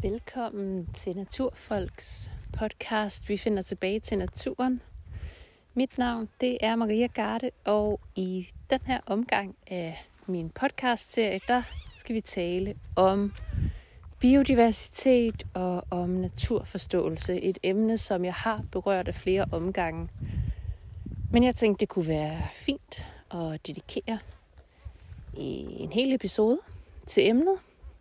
Velkommen til Naturfolks podcast. Vi finder tilbage til naturen. Mit navn det er Maria Garde, og i den her omgang af min podcastserie, der skal vi tale om biodiversitet og om naturforståelse. Et emne, som jeg har berørt af flere omgange. Men jeg tænkte, det kunne være fint at dedikere en hel episode til emnet.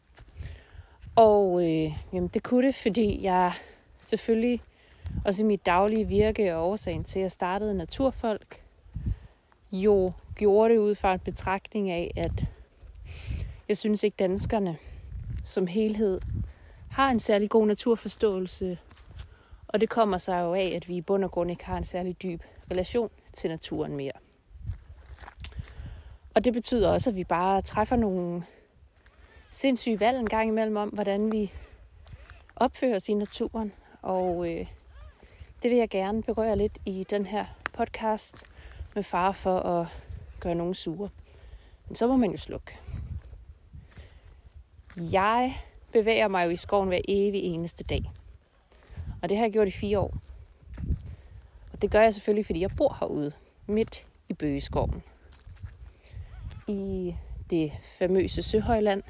Og det kunne det, fordi jeg selvfølgelig også i mit daglige virke og årsagen til, at jeg startede Naturfolk, jo gjorde det ud fra en betragtning af, at jeg synes ikke danskerne som helhed har en særlig god naturforståelse. Og det kommer sig jo af, at vi i bund og grund ikke har en særlig dyb relation til naturen mere. Og det betyder også, at vi bare træffer nogle sindssyge valg en gang imellem om, hvordan vi opfører os i naturen. Og det vil jeg gerne berøre lidt i den her podcast med fare for at gøre nogen sure. Men så må man jo slukke. Jeg bevæger mig jo i skoven hver evig eneste dag. Og det har jeg gjort i 4 år. Og det gør jeg selvfølgelig, fordi jeg bor herude, midt i Bøgeskoven. I det famøse Søhøjland.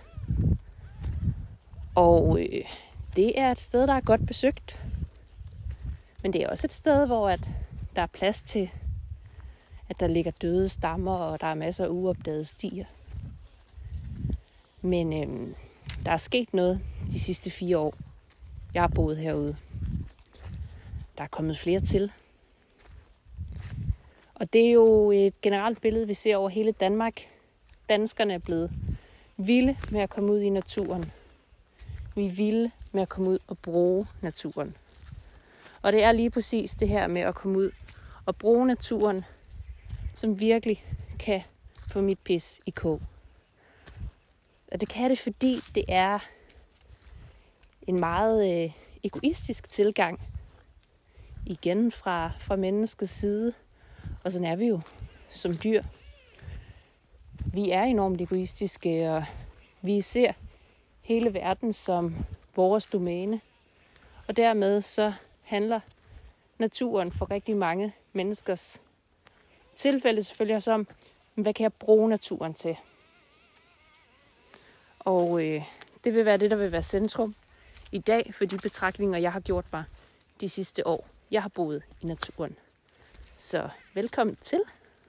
Og det er et sted, der er godt besøgt. Men det er også et sted, hvor der er plads til, at der ligger døde stammer, og der er masser af uopdagede stier. Men der er sket noget de sidste 4 år. Jeg har boet herude. Der er kommet flere til. Og det er jo et generelt billede, vi ser over hele Danmark. Danskerne er blevet vilde med at komme ud i naturen. Vi er vilde med at komme ud og bruge naturen. Og det er lige præcis det her med at komme ud og bruge naturen, som virkelig kan få mit pis i kog. Og det kan det, fordi det er en meget egoistisk tilgang. Igen fra menneskets side. Og sådan er vi jo som dyr. Vi er enormt egoistiske, og vi ser hele verden som vores domæne. Og dermed så handler naturen for rigtig mange menneskers tilfælde selvfølgelig også om, hvad kan jeg bruge naturen til? Og det vil være det, der vil være centrum i dag for de betragtninger, jeg har gjort mig de sidste år. Jeg har boet i naturen. Så velkommen til.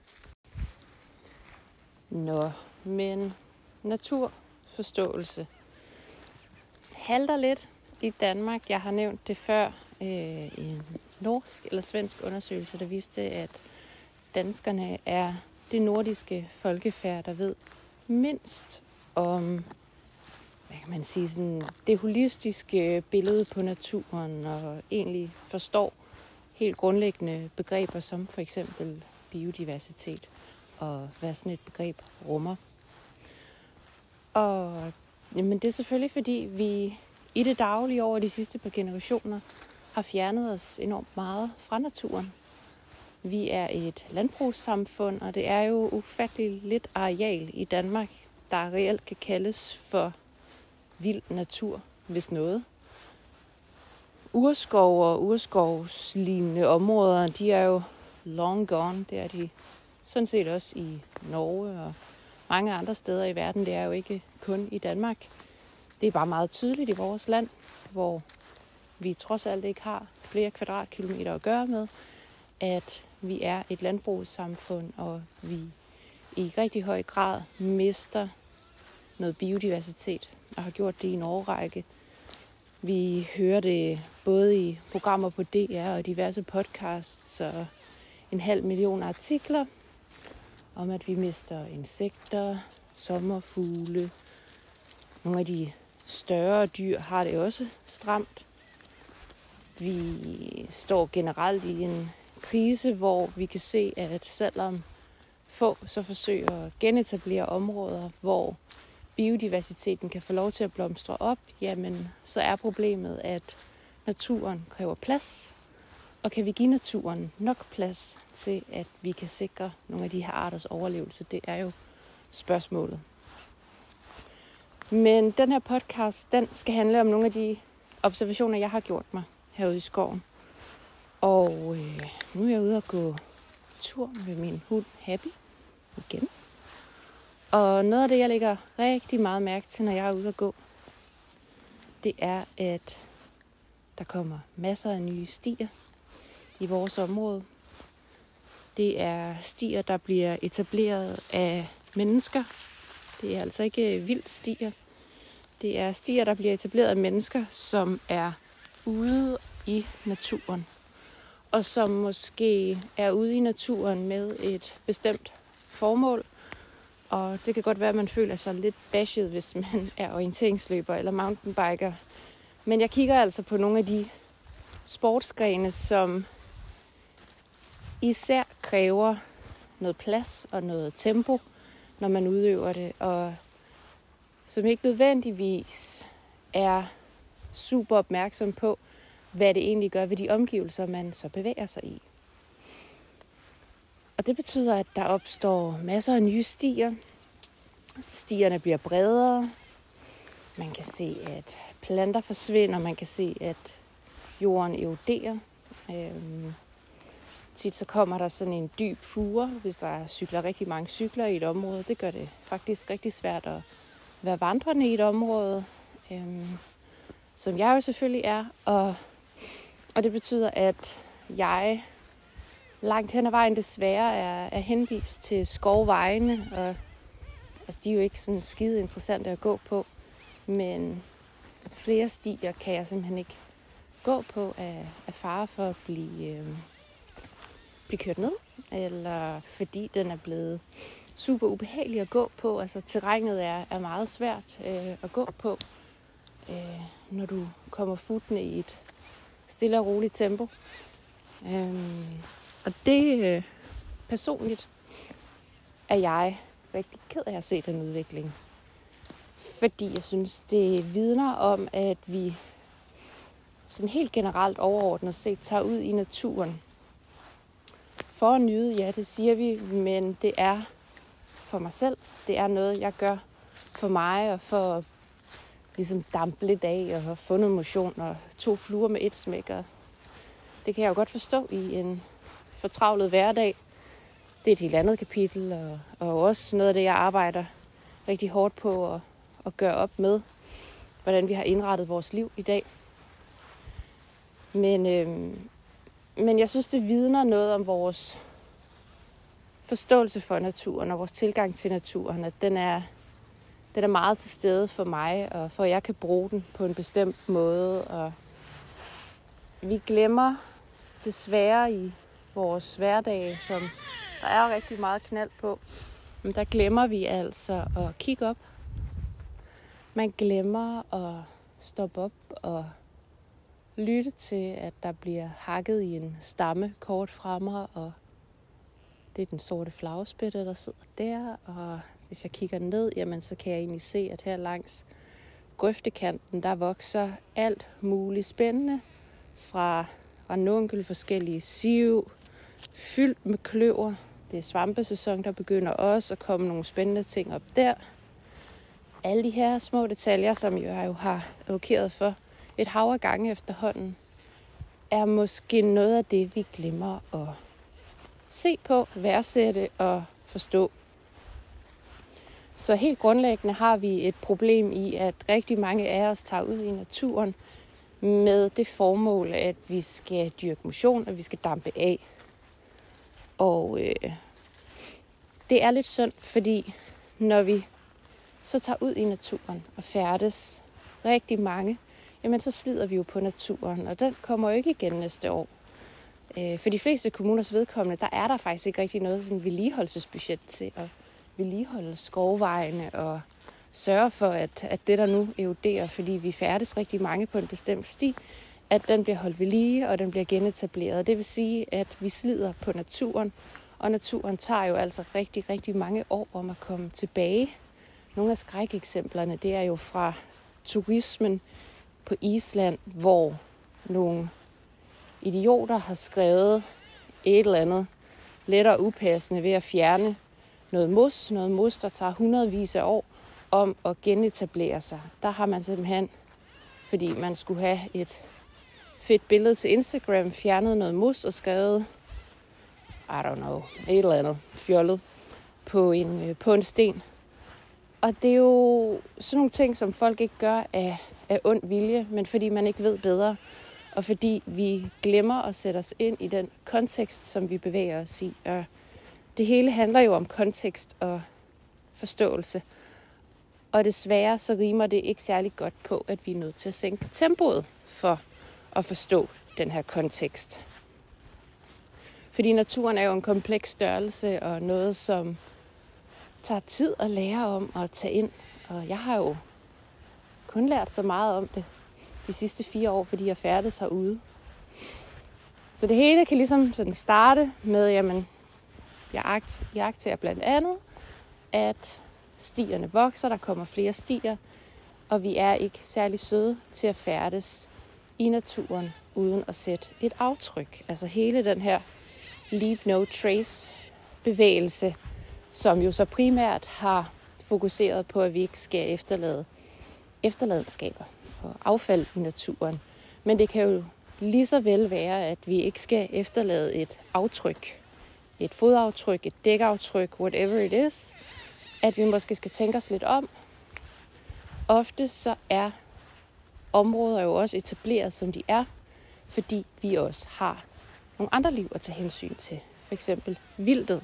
Men naturforståelse halter lidt i Danmark. Jeg har nævnt det før. En norsk eller svensk undersøgelse, der viste, at danskerne er det nordiske folkefærd, der ved mindst om, hvad kan man sige, sådan det holistiske billede på naturen, og egentlig forstår helt grundlæggende begreber som for eksempel biodiversitet, og hvad sådan et begreb rummer. Og jamen, det er selvfølgelig, fordi vi i det daglige over de sidste par generationer har fjernet os enormt meget fra naturen. Vi er et landbrugssamfund, og det er jo ufatteligt lidt areal i Danmark, der reelt kan kaldes for vild natur, hvis noget. Urskov og urskovslignende områder, de er jo long gone. Det er de sådan set også i Norge og mange andre steder i verden. Det er jo ikke kun i Danmark. Det er bare meget tydeligt i vores land, hvor vi trods alt ikke har flere kvadratkilometer at gøre med, at vi er et landbrugssamfund, og vi i rigtig høj grad mister noget biodiversitet, og har gjort det i en årrække. Vi hører det både i programmer på DR og diverse podcasts, og 500.000 artikler om, at vi mister insekter, sommerfugle. Nogle af de større dyr har det også stramt. Vi står generelt i en krise, hvor vi kan se, at selvom få så forsøger at genetablere områder, hvor biodiversiteten kan få lov til at blomstre op, jamen så er problemet, at naturen kræver plads. Og kan vi give naturen nok plads til, at vi kan sikre nogle af de her arters overlevelse? Det er jo spørgsmålet. Men den her podcast, den skal handle om nogle af de observationer, jeg har gjort mig herude i skoven. Og nu er jeg ude og gå tur med min hund Happy igen. Og noget af det, jeg lægger rigtig meget mærke til, når jeg er ude at gå, det er, at der kommer masser af nye stier i vores område. Det er stier, der bliver etableret af mennesker. Det er altså ikke vildt stier. Det er stier, der bliver etableret af mennesker, som er ude i naturen. Og som måske er ude i naturen med et bestemt formål. Og det kan godt være, at man føler sig lidt bashed, hvis man er orienteringsløber eller mountainbiker. Men jeg kigger altså på nogle af de sportsgrene, som især kræver noget plads og noget tempo, når man udøver det. Og som ikke nødvendigvis er super opmærksom på, hvad det egentlig gør ved de omgivelser, man så bevæger sig i. Og det betyder, at der opstår masser af nye stier. Stierne bliver bredere. Man kan se, at planter forsvinder. Man kan se, at jorden eroderer. Tit så kommer der sådan en dyb fure, hvis der cykler rigtig mange cykler i et område. Det gør det faktisk rigtig svært at være vandrende i et område, som jeg jo selvfølgelig er. Og det betyder, at jeg langt hen ad vejen desværre er henvist til skovvejene. Og, altså, de er jo ikke sådan skide interessante at gå på, men flere stier kan jeg simpelthen ikke gå på af fare for at blive kørt ned, eller fordi den er blevet super ubehagelig at gå på. Altså terrænet er meget svært at gå på, når du kommer futtende i et stille og roligt tempo. Og det personligt er jeg rigtig ked af at se den udvikling. Fordi jeg synes, det vidner om, at vi sådan helt generelt overordnet set tager ud i naturen for at nyde, ja, det siger vi, men det er for mig selv. Det er noget, jeg gør for mig og for at ligesom dampe lidt af og få noget motion og 2 fluer med et smæk. Og det kan jeg jo godt forstå i en fortravlet hverdag. Det er et helt andet kapitel, og også noget af det, jeg arbejder rigtig hårdt på at gøre op med, hvordan vi har indrettet vores liv i dag. Men jeg synes, det vidner noget om vores forståelse for naturen og vores tilgang til naturen, at den er meget til stede for mig, og for at jeg kan bruge den på en bestemt måde. Og vi glemmer desværre i vores hverdag, som der er rigtig meget knald på, men der glemmer vi altså at kigge op. Man glemmer at stoppe op og lytte til, at der bliver hakket i en stamme kort fremme, og det er den sorte flagspætte, der sidder der. Og hvis jeg kigger ned, jamen, så kan jeg egentlig se, at her langs grøftekanten, der vokser alt muligt spændende. Fra ranunkel, forskellige siv, fyldt med kløver. Det er svampesæson, der begynder også at komme nogle spændende ting op der. Alle de her små detaljer, som jeg jo har evokeret for et hav af gange efterhånden, er måske noget af det, vi glemmer at se på, værdsætte og forstå. Så helt grundlæggende har vi et problem i, at rigtig mange af os tager ud i naturen med det formål, at vi skal dyrke motion, og vi skal dampe af. Og det er lidt synd, fordi når vi så tager ud i naturen og færdes rigtig mange, jamen så slider vi jo på naturen, og den kommer jo ikke igen næste år. For de fleste kommuners vedkommende, der er der faktisk ikke rigtig noget sådan vedligeholdelsesbudget til at vedligeholde skovvejene og sørge for, at det der nu eroderer, fordi vi færdes rigtig mange på en bestemt sti, at den bliver holdt ved lige, og den bliver genetableret. Det vil sige, at vi slider på naturen, og naturen tager jo altså rigtig, rigtig mange år om at komme tilbage. Nogle af skrækeksemplerne, det er jo fra turismen på Island, hvor nogle idioter har skrevet et eller andet lettere upassende ved at fjerne noget mos, der tager hundredvis af år om at genetablere sig. Der har man simpelthen fordi man skulle have et fedt billede til Instagram, fjernet noget mus og skrevet, I don't know, et eller andet fjollet på en sten. Og det er jo sådan nogle ting, som folk ikke gør af ond vilje, men fordi man ikke ved bedre, og fordi vi glemmer at sætte os ind i den kontekst, som vi bevæger os i. Og det hele handler jo om kontekst og forståelse. Og desværre så rimer det ikke særlig godt på, at vi er nødt til at sænke tempoet for at forstå den her kontekst. Fordi naturen er jo en kompleks størrelse og noget, som tager tid at lære om og tage ind. Og jeg har jo kun lært så meget om det de sidste 4 år, fordi jeg færdes herude. Så det hele kan ligesom sådan starte med, jamen, jeg iagttager blandt andet, at stierne vokser, der kommer flere stier, og vi er ikke særlig søde til at færdes i naturen uden at sætte et aftryk. Altså hele den her leave no trace bevægelse, som jo så primært har fokuseret på, at vi ikke skal efterlade efterladenskaber og affald i naturen. Men det kan jo lige så vel være, at vi ikke skal efterlade et aftryk, et fodaftryk, et dækaftryk, whatever it is, at vi måske skal tænke os lidt om. Ofte så er områder jo også etableret, som de er, fordi vi også har nogle andre liv at tage hensyn til. For eksempel vildtet.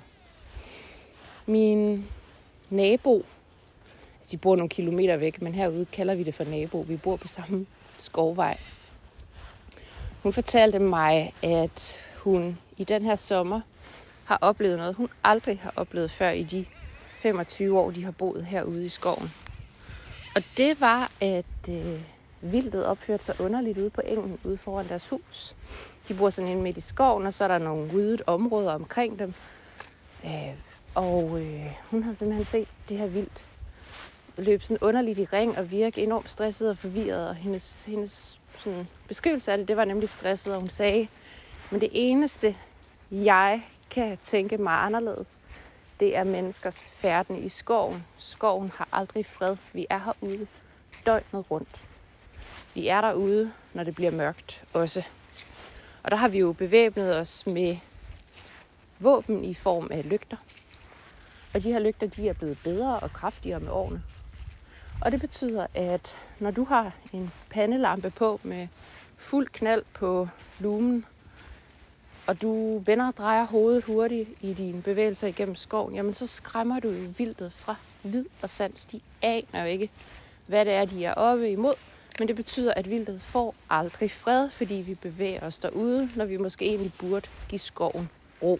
Min nabo, de bor nogle kilometer væk, men herude kalder vi det for nabo. Vi bor på samme skovvej. Hun fortalte mig, at hun i den her sommer har oplevet noget, hun aldrig har oplevet før i de 25 år, de har boet herude i skoven. Og det var, at vildtet opførte sig underligt ude på engen, ude foran deres hus. De bor sådan inde midt i skoven, og så er der nogle ryddet områder omkring dem. Hun havde simpelthen set det her vildt løb sådan underligt i ring og virke enormt stresset og forvirret. Og hendes sådan beskrivelse af det var nemlig stresset, og hun sagde, men det eneste, jeg kan tænke mig anderledes, det er menneskers færden i skoven. Skoven har aldrig fred. Vi er herude døgnet rundt. Vi er derude, når det bliver mørkt også. Og der har vi jo bevæbnet os med våben i form af lygter. Og de her lygter, de er blevet bedre og kraftigere med årene. Og det betyder, at når du har en pandelampe på med fuld knald på lumen, og du vender og drejer hovedet hurtigt i dine bevægelser igennem skoven, jamen så skræmmer du jo vildtet fra vid og sans. De aner jo ikke, hvad det er, de er oppe imod. Men det betyder, at vildtet får aldrig fred, fordi vi bevæger os derude, når vi måske egentlig burde give skoven ro.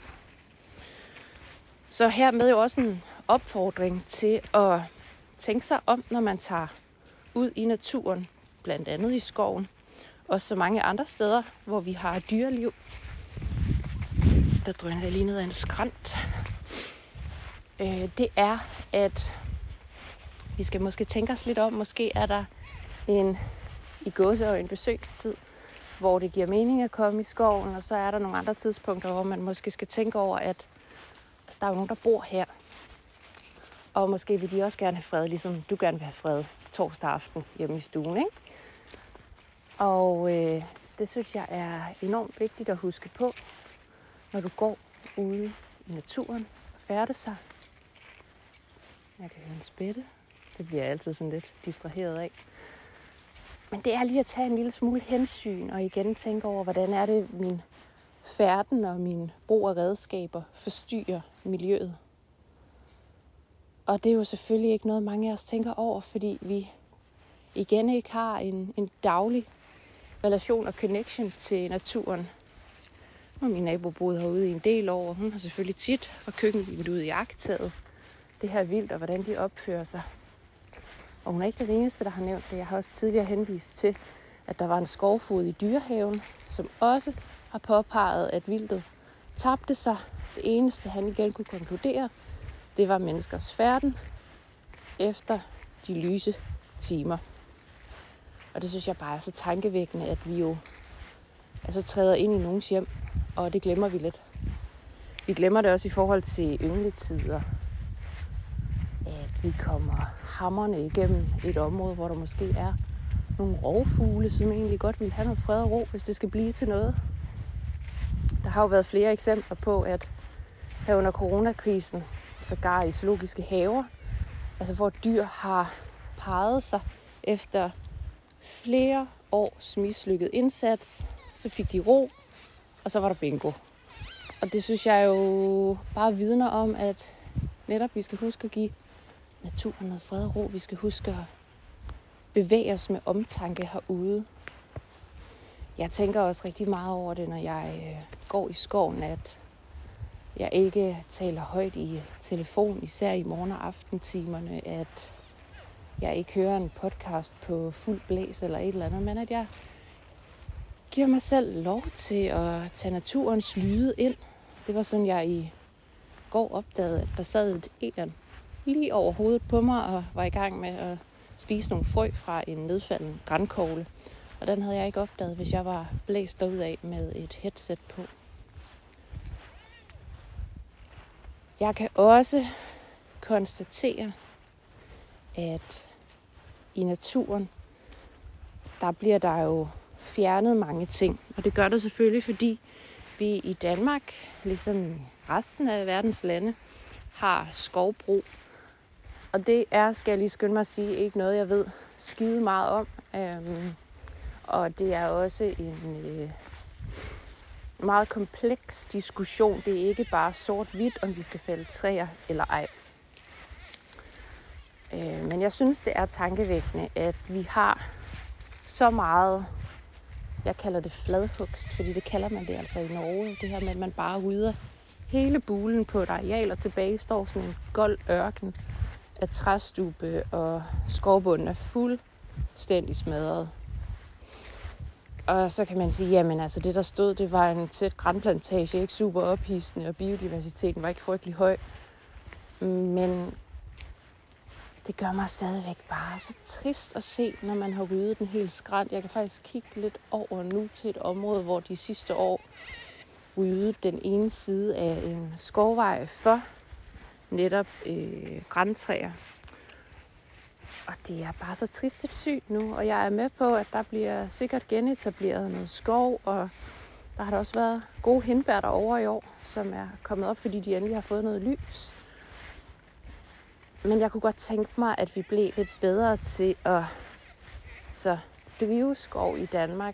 Så hermed jo også en opfordring til at tænke sig om, når man tager ud i naturen, blandt andet i skoven, og så mange andre steder, hvor vi har dyreliv. Der drøner jeg lige ned af en skrant. Det er, at vi skal måske tænke os lidt om, måske er der i gåseøjne besøgstid, hvor det giver mening at komme i skoven, og så er der nogle andre tidspunkter, hvor man måske skal tænke over, at der er jo nogen, der bor her. Og måske vil de også gerne have fred, ligesom du gerne vil have fred torsdag aften hjemme i stuen, ikke? Og det synes jeg er enormt vigtigt at huske på, når du går ude i naturen og færdes sig. Jeg kan høre en spætte. Det bliver jeg altid sådan lidt distraheret af. Men det er lige at tage en lille smule hensyn og igen tænke over, hvordan er det min færden og min brug af redskaber forstyrrer miljøet. Og det er jo selvfølgelig ikke noget, mange af os tænker over, fordi vi igen ikke har en daglig relation og connection til naturen. Og min nabo boede herude i en del år, og hun har selvfølgelig tit fra køkkenvinduet iagttaget det her vildt, og hvordan de opfører sig. Og hun er ikke den eneste, der har nævnt det. Jeg har også tidligere henvist til, at der var en skovfod i Dyrehaven, som også har påpeget, at vildtet tabte sig. Det eneste, han igen kunne konkludere, det var menneskers færden efter de lyse timer. Og det synes jeg bare er så tankevækkende, at vi jo træder ind i nogens hjem, og det glemmer vi lidt. Vi glemmer det også i forhold til yngletider, at vi kommer hammerne igennem et område, hvor der måske er nogle rovfugle, som egentlig godt ville have noget fred og ro, hvis det skal blive til noget. Der har jo været flere eksempler på, at her under coronakrisen, sågar i zoologiske haver, altså hvor dyr har parret sig efter flere års mislykket indsats, så fik de ro, og så var der bingo. Og det synes jeg jo bare vidner om, at netop vi skal huske at give naturen noget fred og ro. Vi skal huske at bevæge os med omtanke herude. Jeg tænker også rigtig meget over det, når jeg går i skoven, at jeg ikke taler højt i telefon, især i morgen- og aftentimerne, at jeg ikke hører en podcast på fuld blæs eller et eller andet, men at jeg giver mig selv lov til at tage naturens lyde ind. Det var sådan, jeg i går opdagede, at der sad et egern lige over hovedet på mig og var i gang med at spise nogle frø fra en nedfalden grankogle. Og den havde jeg ikke opdaget, hvis jeg var blæst derudad med et headset på. Jeg kan også konstatere, at i naturen, der bliver der jo fjernet mange ting. Og det gør det selvfølgelig, fordi vi i Danmark, ligesom i resten af verdens lande, har skovbrug. Og det er, skal jeg lige skynde mig at sige, ikke noget, jeg ved skide meget om. Og det er også en meget kompleks diskussion. Det er ikke bare sort-hvidt, om vi skal fælde træer eller ej. Men jeg synes, det er tankevækkende, at vi har så meget, jeg kalder det fladhugst, fordi det kalder man det altså i Norge. Det her med, at man bare rydder hele bulen på et areal, og tilbage står sådan en gold ørken af træstube, og skovbunden er fuldstændig smadret. Og så kan man sige, jamen altså det der stod, det var en tæt granplantage, ikke super ophidsende, og biodiversiteten var ikke frygtelig høj. Men det gør mig stadigvæk bare så trist at se, når man har ryddet den helt skrænt. Jeg kan faktisk kigge lidt over nu til et område, hvor de sidste år ryddede den ene side af en skovvej for netop grantræer. Og det er bare så trist et syn nu, og jeg er med på, at der bliver sikkert genetableret noget skov, og der har der også været gode hindbær derovre i år, som er kommet op, fordi de endelig har fået noget lys. Men jeg kunne godt tænke mig, at vi blev lidt bedre til at drive skov i Danmark,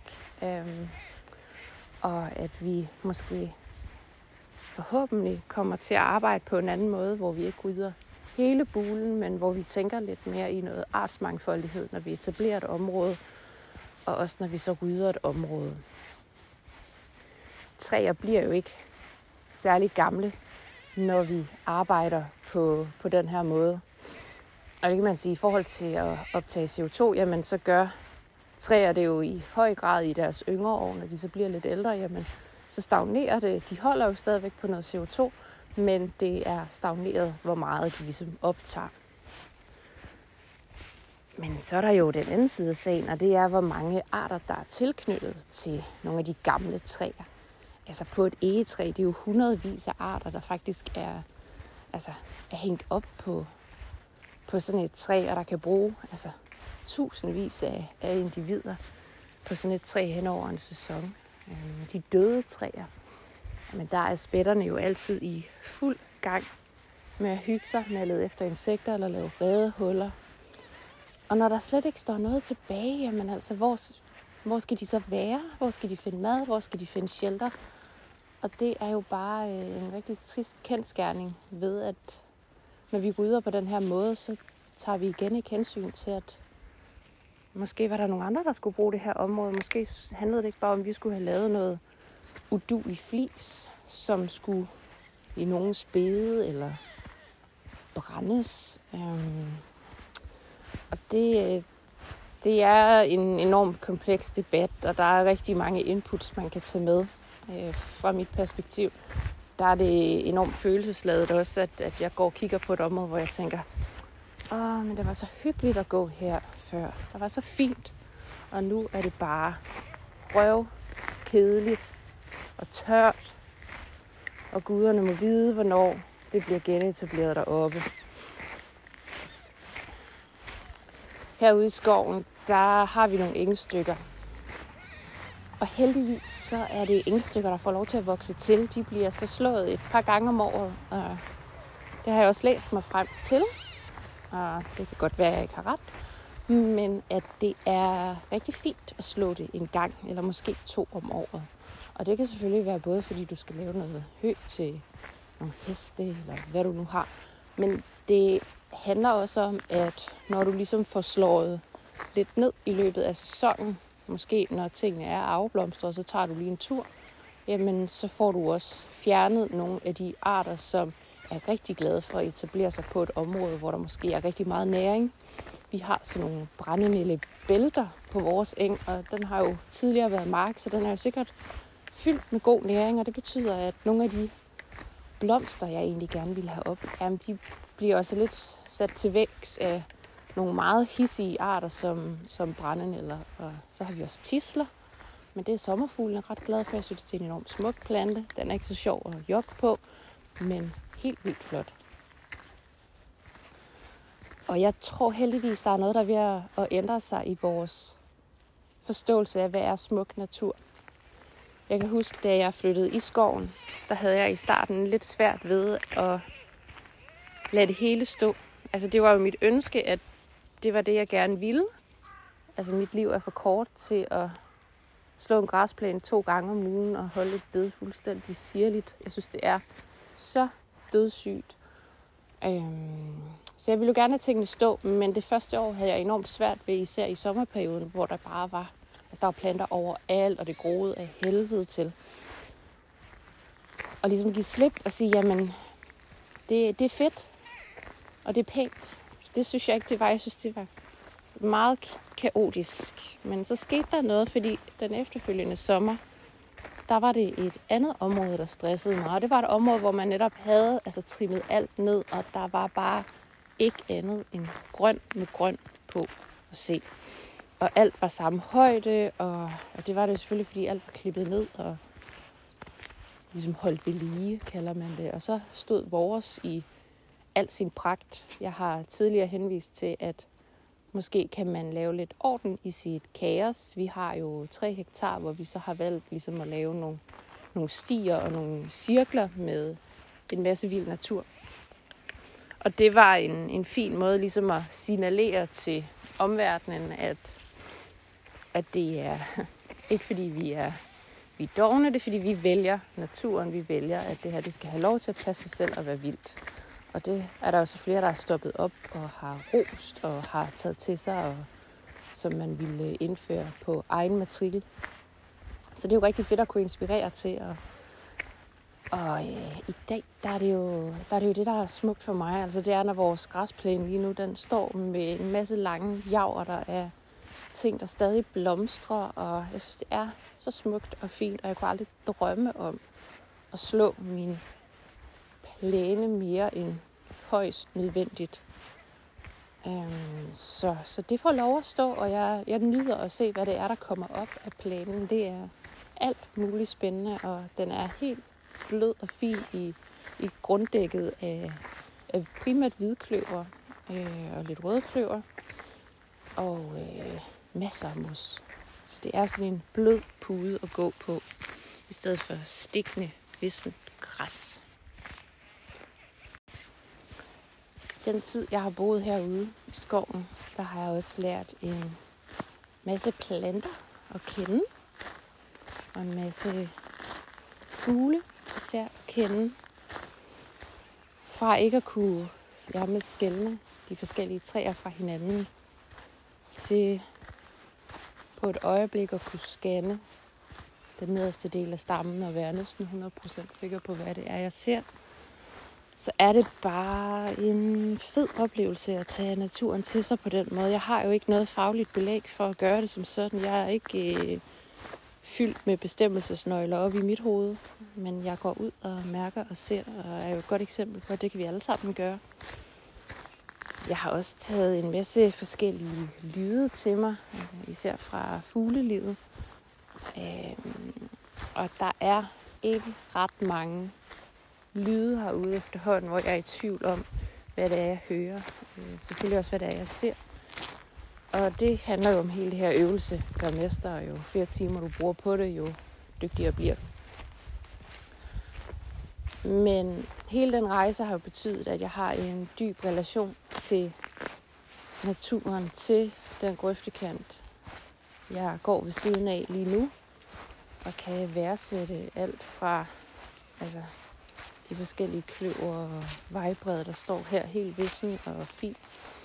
og at vi måske forhåbentlig kommer til at arbejde på en anden måde, hvor vi ikke rydder hele bulen, men hvor vi tænker lidt mere i noget artsmangfoldighed, når vi etablerer et område, og også når vi så rydder et område. Træer bliver jo ikke særlig gamle, når vi arbejder på den her måde. Og det kan man sige, i forhold til at optage CO2, jamen så gør træer det jo i høj grad i deres yngre år. Når de så bliver lidt ældre, jamen så stagnerer det. De holder jo stadigvæk på noget CO2, men det er stagneret, hvor meget de ligesom optager. Men så er der jo den anden side af sagen, og det er, hvor mange arter, der er tilknyttet til nogle af de gamle træer. Altså på et egetræ, det er jo hundredvis af arter, der faktisk er hængt op på sådan et træ, og der kan bruge tusindvis af individer på sådan et træ hen over en sæson. De døde træer, men der er spætterne jo altid i fuld gang med at hygge sig, med at lede efter insekter eller lave redehuller. Og når der slet ikke står noget tilbage, jamen altså, hvor skal de så være? Hvor skal de finde mad? Hvor skal de finde shelter? Og det er jo bare en rigtig trist kendsgerning ved, at når vi rydder på den her måde, så tager vi igen et hensyn til, at måske var der nogle andre, der skulle bruge det her område. Måske handlede det ikke bare om, at vi skulle have lavet noget uduelig flis, som skulle i nogen spede eller brændes. Og det er en enormt kompleks debat, og der er rigtig mange inputs, man kan tage med. Fra mit perspektiv, der er det enormt følelsesladet også, at jeg går og kigger på et område, hvor jeg tænker, men det var så hyggeligt at gå her før. Der var så fint, og nu er det bare kedeligt og tørt, og guderne må vide, hvornår det bliver genetableret deroppe. Herude i skoven, der har vi nogle engstykker. Og heldigvis så er det engstykker, der får lov til at vokse til. De bliver så slået et par gange om året. Og det har jeg også læst mig frem til. Og det kan godt være, at jeg ikke har ret. Men at det er rigtig fint at slå det en gang, eller måske 2 om året. Og det kan selvfølgelig være både, fordi du skal lave noget hø til nogle heste, eller hvad du nu har. Men det handler også om, at når du ligesom får slået lidt ned i løbet af sæsonen, måske når tingene er afblomstret, så tager du lige en tur, jamen så får du også fjernet nogle af de arter, som er rigtig glade for at etablere sig på et område, hvor der måske er rigtig meget næring. Vi har sådan nogle brændenælde bælter på vores eng, og den har jo tidligere været mark, så den er jo sikkert fyldt med god næring, og det betyder, at nogle af de blomster, jeg egentlig gerne ville have op, jamen de bliver også lidt sat til vækst af nogle meget hidsige arter, som brændenælder. Og så har vi også tisler, men det er sommerfuglen ret glad for. Jeg synes, det er en enormt smuk plante. Den er ikke så sjov at jogge på, men helt vildt flot. Og jeg tror heldigvis, der er noget, der er ved at ændre sig i vores forståelse af, hvad er smuk natur. Jeg kan huske, da jeg flyttede i skoven, der havde jeg i starten lidt svært ved at lade det hele stå. Altså det var jo mit ønske, at det var det, jeg gerne ville. Altså mit liv er for kort til at slå en græsplæne 2 gange om ugen og holde et bed fuldstændig sirligt. Jeg synes, det er så dødssygt. Så jeg ville jo gerne have tingene stå, men det første år havde jeg enormt svært ved, især i sommerperioden, hvor der bare var, altså der var planter overalt, og det groede af helvede til. Og ligesom give slip og sige, jamen, det er fedt, og det er pænt. Det synes jeg ikke, det var. Jeg synes, det var meget kaotisk. Men så skete der noget, fordi den efterfølgende sommer, der var det et andet område, der stressede mig. Og det var et område, hvor man netop havde trimmet alt ned, og der var bare ikke andet end grøn med grøn på at se. Og alt var samme højde, og det var det selvfølgelig, fordi alt var klippet ned og ligesom holdt ved lige, kalder man det. Og så stod vores i al sin pragt. Jeg har tidligere henvist til, at måske kan man lave lidt orden i sit kaos. Vi har jo 3 hektar, hvor vi så har valgt ligesom at lave nogle stier og nogle cirkler med en masse vild natur. Og det var en fin måde ligesom at signalere til omverdenen, at det er ikke fordi vi er dovne, det er fordi vi vælger naturen, vi vælger, at det her det skal have lov til at passe sig selv og være vildt. Og det er der jo så flere, der har stoppet op og har rost og har taget til sig, og som man ville indføre på egen matrikel. Så det er jo rigtig fedt at kunne inspirere til. Og i dag, der er det jo det, der er smukt for mig. Altså det er, når vores græsplæne lige nu, den står med en masse lange javer, der er ting, der stadig blomstrer. Og jeg synes, det er så smukt og fint, og jeg kunne aldrig drømme om at slå min plæne mere end højst nødvendigt. Så det får lov at stå, og jeg nyder at se, hvad det er, der kommer op af plænen. Det er alt muligt spændende, og den er helt blød og fin i grunddækket af primært hvidkløver og lidt rødkløver og masser af mos. Så det er sådan en blød pude at gå på, i stedet for stikkende, vissent græs. Den tid, jeg har boet herude i skoven, der har jeg også lært en masse planter at kende. Og en masse fugle især at kende. Fra ikke at kunne skelne de forskellige træer fra hinanden, til på et øjeblik at kunne scanne den nederste del af stammen og være næsten 100% sikker på, hvad det er, jeg ser. Så er det bare en fed oplevelse at tage naturen til sig på den måde. Jeg har jo ikke noget fagligt belæg for at gøre det som sådan. Jeg er ikke fyldt med bestemmelsesnøgler op i mit hoved, men jeg går ud og mærker og ser, og er jo et godt eksempel på, at det kan vi alle sammen gøre. Jeg har også taget en masse forskellige lyde til mig, især fra fuglelivet. Og der er ikke ret mange lyde herude efterhånden, hvor jeg er i tvivl om, hvad det er, jeg hører. Selvfølgelig også, hvad det er, jeg ser. Og det handler jo om hele det her øvelse, gør mester, og jo flere timer du bruger på det, jo dygtigere bliver du. Men hele den rejse har jo betydet, at jeg har en dyb relation til naturen, til den grøftekant, jeg går ved siden af lige nu, og kan værdsætte alt fra de forskellige kløver og vejbred, der står her helt vissen og fint.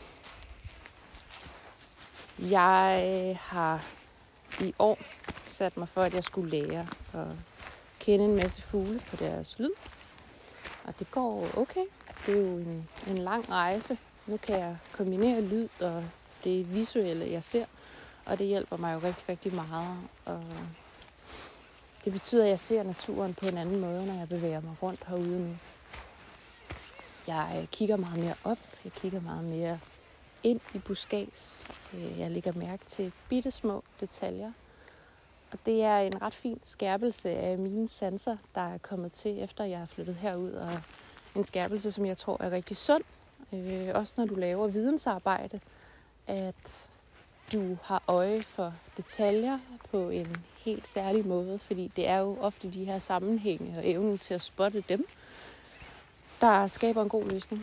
Jeg har i år sat mig for, at jeg skulle lære at kende en masse fugle på deres lyd. Og det går okay. Det er jo en lang rejse. Nu kan jeg kombinere lyd og det visuelle, jeg ser. Og det hjælper mig jo rigtig, rigtig meget. Og det betyder, at jeg ser naturen på en anden måde, når jeg bevæger mig rundt herude nu. Jeg kigger meget mere op. Jeg kigger meget mere ind i buskads. Jeg lægger mærke til bittesmå detaljer. Og det er en ret fin skærpelse af mine sanser, der er kommet til, efter jeg er flyttet herud. Og en skærpelse, som jeg tror er rigtig sund. Også når du laver vidensarbejde. At du har øje for detaljer på en helt særlig måde. Fordi det er jo ofte de her sammenhænge og evnen til at spotte dem, der skaber en god løsning.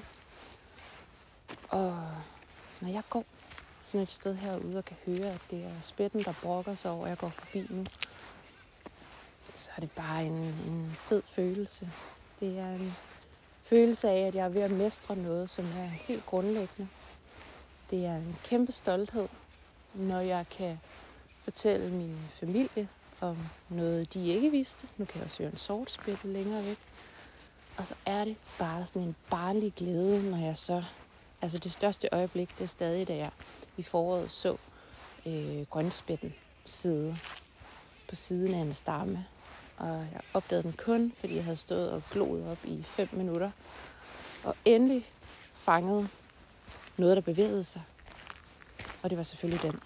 Og når jeg går sådan et sted herude og kan høre, at det er spætten, der brokker sig over, at jeg går forbi nu, så er det bare en fed følelse. Det er en følelse af, at jeg er ved at mestre noget, som er helt grundlæggende. Det er en kæmpe stolthed, når jeg kan fortælle min familie om noget, de ikke vidste. Nu kan jeg også høre en sortspætte længere væk. Og så er det bare sådan en barnlig glæde, når jeg så... Altså det største øjeblik, det er stadig, da jeg i foråret så grønspætten sidde på siden af en stamme. Og jeg opdagede den kun, fordi jeg havde stået og gloet op i 5 minutter. Og endelig fangede noget, der bevægede sig. Og det var selvfølgelig den.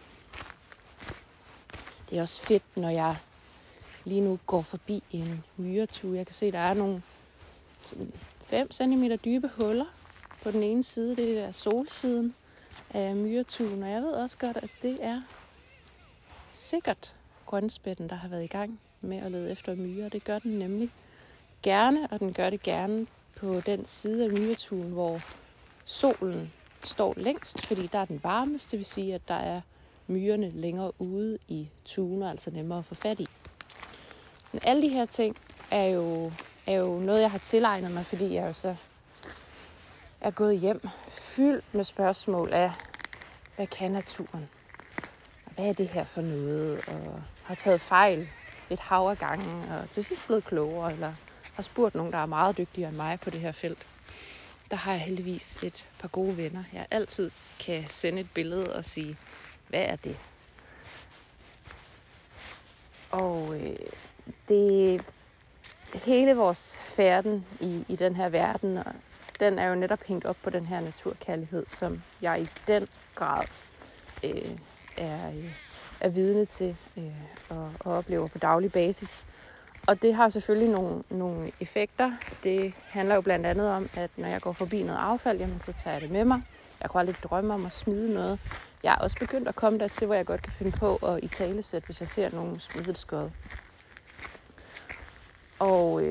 Det er også fedt, når jeg lige nu går forbi en myretue. Jeg kan se, der er nogle 5 cm dybe huller på den ene side. Det er solsiden af myretuen. Og jeg ved også godt, at det er sikkert grønspætten, der har været i gang med at lede efter myrer. Det gør den nemlig gerne, og den gør det gerne på den side af myretuen, hvor solen står længst, fordi der er den varmest. Det vil sige, at der er myrerne længere ude i tuen, og altså nemmere at få fat i. Men alle de her ting er jo noget, jeg har tilegnet mig, fordi jeg jo så er gået hjem fyldt med spørgsmål af, hvad kan naturen? Og hvad er det her for noget? Og har taget fejl et hav af gange, og til sidst blevet klogere, eller har spurgt nogen, der er meget dygtigere end mig på det her felt. Der har jeg heldigvis et par gode venner. Jeg altid kan sende et billede og sige, hvad er det? Og det hele vores færden i den her verden, og den er jo netop hængt op på den her naturkærlighed, som jeg i den grad er vidne til og oplever på daglig basis. Og det har selvfølgelig nogle effekter. Det handler jo blandt andet om, at når jeg går forbi noget affald, jamen, så tager jeg det med mig. Jeg kunne aldrig drømme om at smide noget. Jeg er også begyndt at komme dertil, hvor jeg godt kan finde på at italesætte, hvis jeg ser nogen smide et skod. Og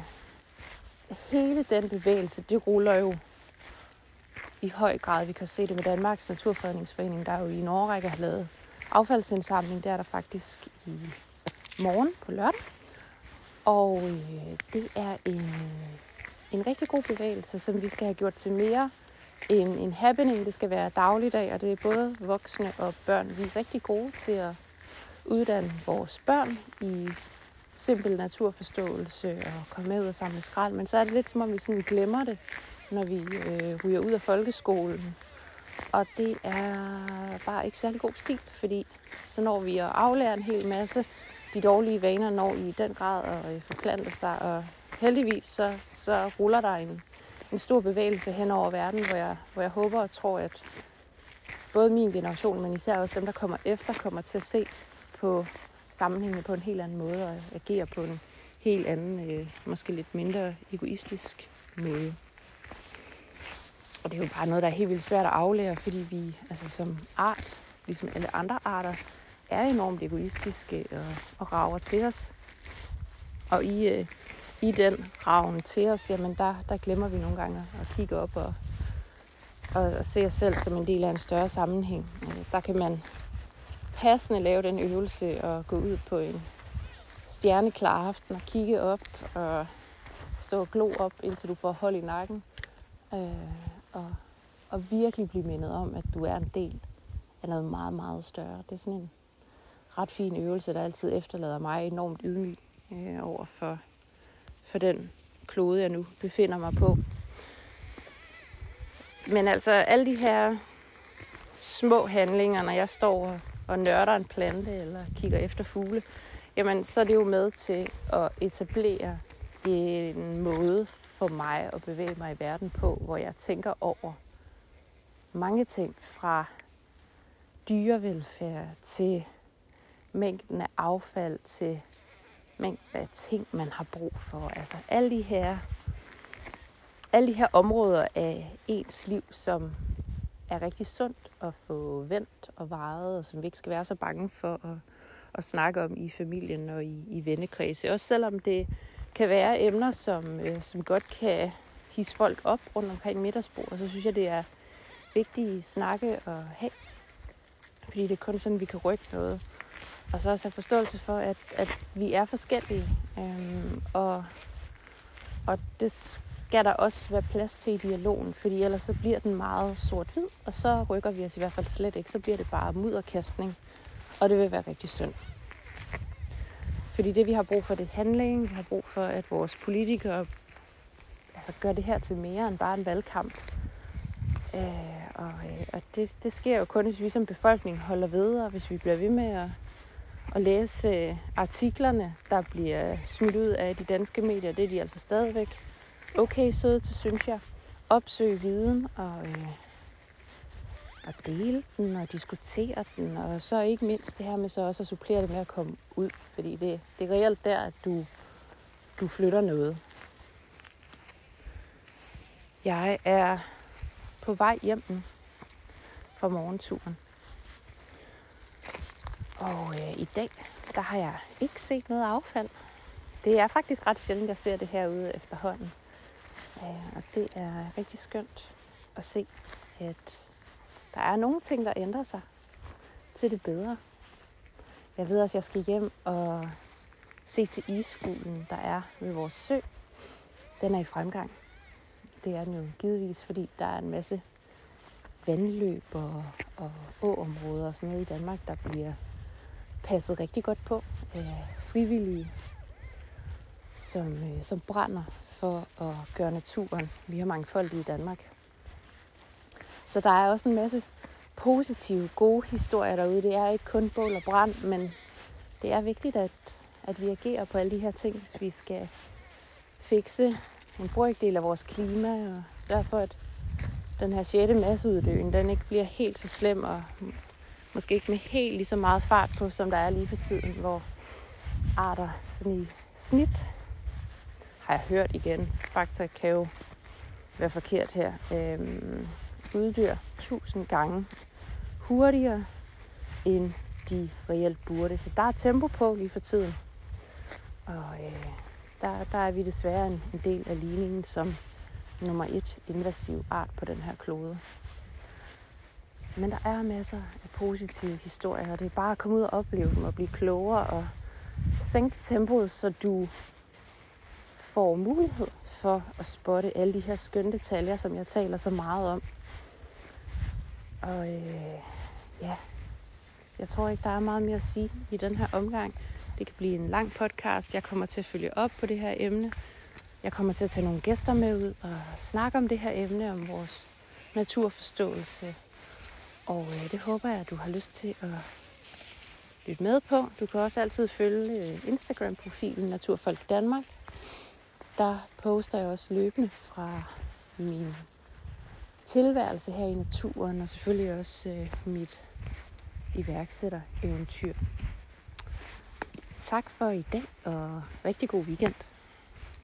hele den bevægelse, det ruller jo i høj grad. Vi kan se det med Danmarks Naturfredningsforening, der jo i en årrække har lavet affaldsindsamling. Det er der faktisk i morgen på lørdag. Og det er en rigtig god bevægelse, som vi skal have gjort til mere en happening. Det skal være dagligdag, og det er både voksne og børn. Vi er rigtig gode til at uddanne vores børn i simpel naturforståelse og komme med ud og samle skrald. Men så er det lidt som om, vi sådan glemmer det, når vi ryger ud af folkeskolen. Og det er bare ikke særlig god stil, fordi så når vi at aflære en hel masse. De dårlige vaner når i den grad at forplante sig, og heldigvis så ruller der en stor bevægelse hen over verden, hvor jeg håber og tror, at både min generation, men især også dem, der kommer efter, kommer til at se på sammenhængene på en helt anden måde og agere på en helt anden, måske lidt mindre egoistisk måde. Og det er jo bare noget, der er helt vildt svært at aflære, fordi vi altså som art ligesom alle andre arter, er enormt egoistiske og rager til os. Og i den ragen til os, jamen der glemmer vi nogle gange at kigge op og se os selv som en del af en større sammenhæng. Der kan man passende lave den øvelse og gå ud på en stjerneklar aften og kigge op og stå og glo op, indtil du får hold i nakken. Og virkelig blive mindet om, at du er en del af noget meget, meget større. Det er sådan en ret fin øvelse, der altid efterlader mig enormt ydmyg over for den klode, jeg nu befinder mig på. Men altså alle de her små handlinger, når jeg står og nørder en plante eller kigger efter fugle, jamen så er det jo med til at etablere en måde for mig at bevæge mig i verden på, hvor jeg tænker over mange ting, fra dyrevelfærd til mængden af affald til mængden af ting, man har brug for. Altså alle de her områder af ens liv, som er rigtig sundt at få vendt og vejet, og som vi ikke skal være så bange for at snakke om i familien og i vennekredse. Også selvom det kan være emner, som godt kan hisse folk op rundt omkring middagsbordet, så synes jeg, det er vigtige snakke at have. Fordi det er kun sådan, vi kan rykke noget. Og så også have forståelse for, at vi er forskellige. Og det skal der også være plads til i dialogen, fordi ellers så bliver den meget sort-hvid, og så rykker vi os i hvert fald slet ikke. Så bliver det bare mudderkastning, og det vil være rigtig synd. Fordi det, vi har brug for, det er handling. Vi har brug for, at vores politikere gør det her til mere end bare en valgkamp. Og det sker jo kun, hvis vi som befolkning holder ved, og hvis vi bliver ved med at læse artiklerne, der bliver smidt ud af de danske medier. Det er de altså stadigvæk okay søde til, synes jeg. Opsøge viden og dele den og diskutere den. Og så ikke mindst det her med så også at supplere det med at komme ud. Fordi det er reelt der, at du flytter noget. Jeg er på vej hjem fra morgenturen. Og i dag, der har jeg ikke set noget affald. Det er faktisk ret sjældent, jeg ser det herude efterhånden. Og det er rigtig skønt at se, at der er nogle ting, der ændrer sig til det bedre. Jeg ved også, at jeg skal hjem og se til isfuglen, der er ved vores sø. Den er i fremgang. Det er den jo givetvis, fordi der er en masse vandløb og åområder og sådan noget i Danmark, der bliver passet rigtig godt på af frivillige, som brænder for at gøre naturen mere mangfoldig i Danmark. Så der er også en masse positive, gode historier derude. Det er ikke kun bål og brand, men det er vigtigt, at vi agerer på alle de her ting, hvis vi skal fikse en brøkdel af vores klima og sørge for, at den her 6. masseuddøen, den ikke bliver helt så slem og måske ikke med helt lige så meget fart på, som der er lige for tiden, hvor arter sådan i snit, har jeg hørt igen, fakta kan jo være forkert her, uddør 1000 gange hurtigere, end de reelt burde. Så der er tempo på lige for tiden. Og der er vi desværre en del af ligningen som nummer 1 invasiv art på den her klode. Men der er masser af positive historier, og det er bare at komme ud og opleve dem og blive klogere og sænke tempoet, så du får mulighed for at spotte alle de her skønne detaljer, som jeg taler så meget om. Og jeg tror ikke, der er meget mere at sige i den her omgang. Det kan blive en lang podcast. Jeg kommer til at følge op på det her emne. Jeg kommer til at tage nogle gæster med ud og snakke om det her emne, om vores naturforståelse. Og det håber jeg, at du har lyst til at lytte med på. Du kan også altid følge Instagram-profilen Naturfolk Danmark. Der poster jeg også løbende fra min tilværelse her i naturen, og selvfølgelig også mit iværksætter-eventyr. Tak for i dag, og rigtig god weekend.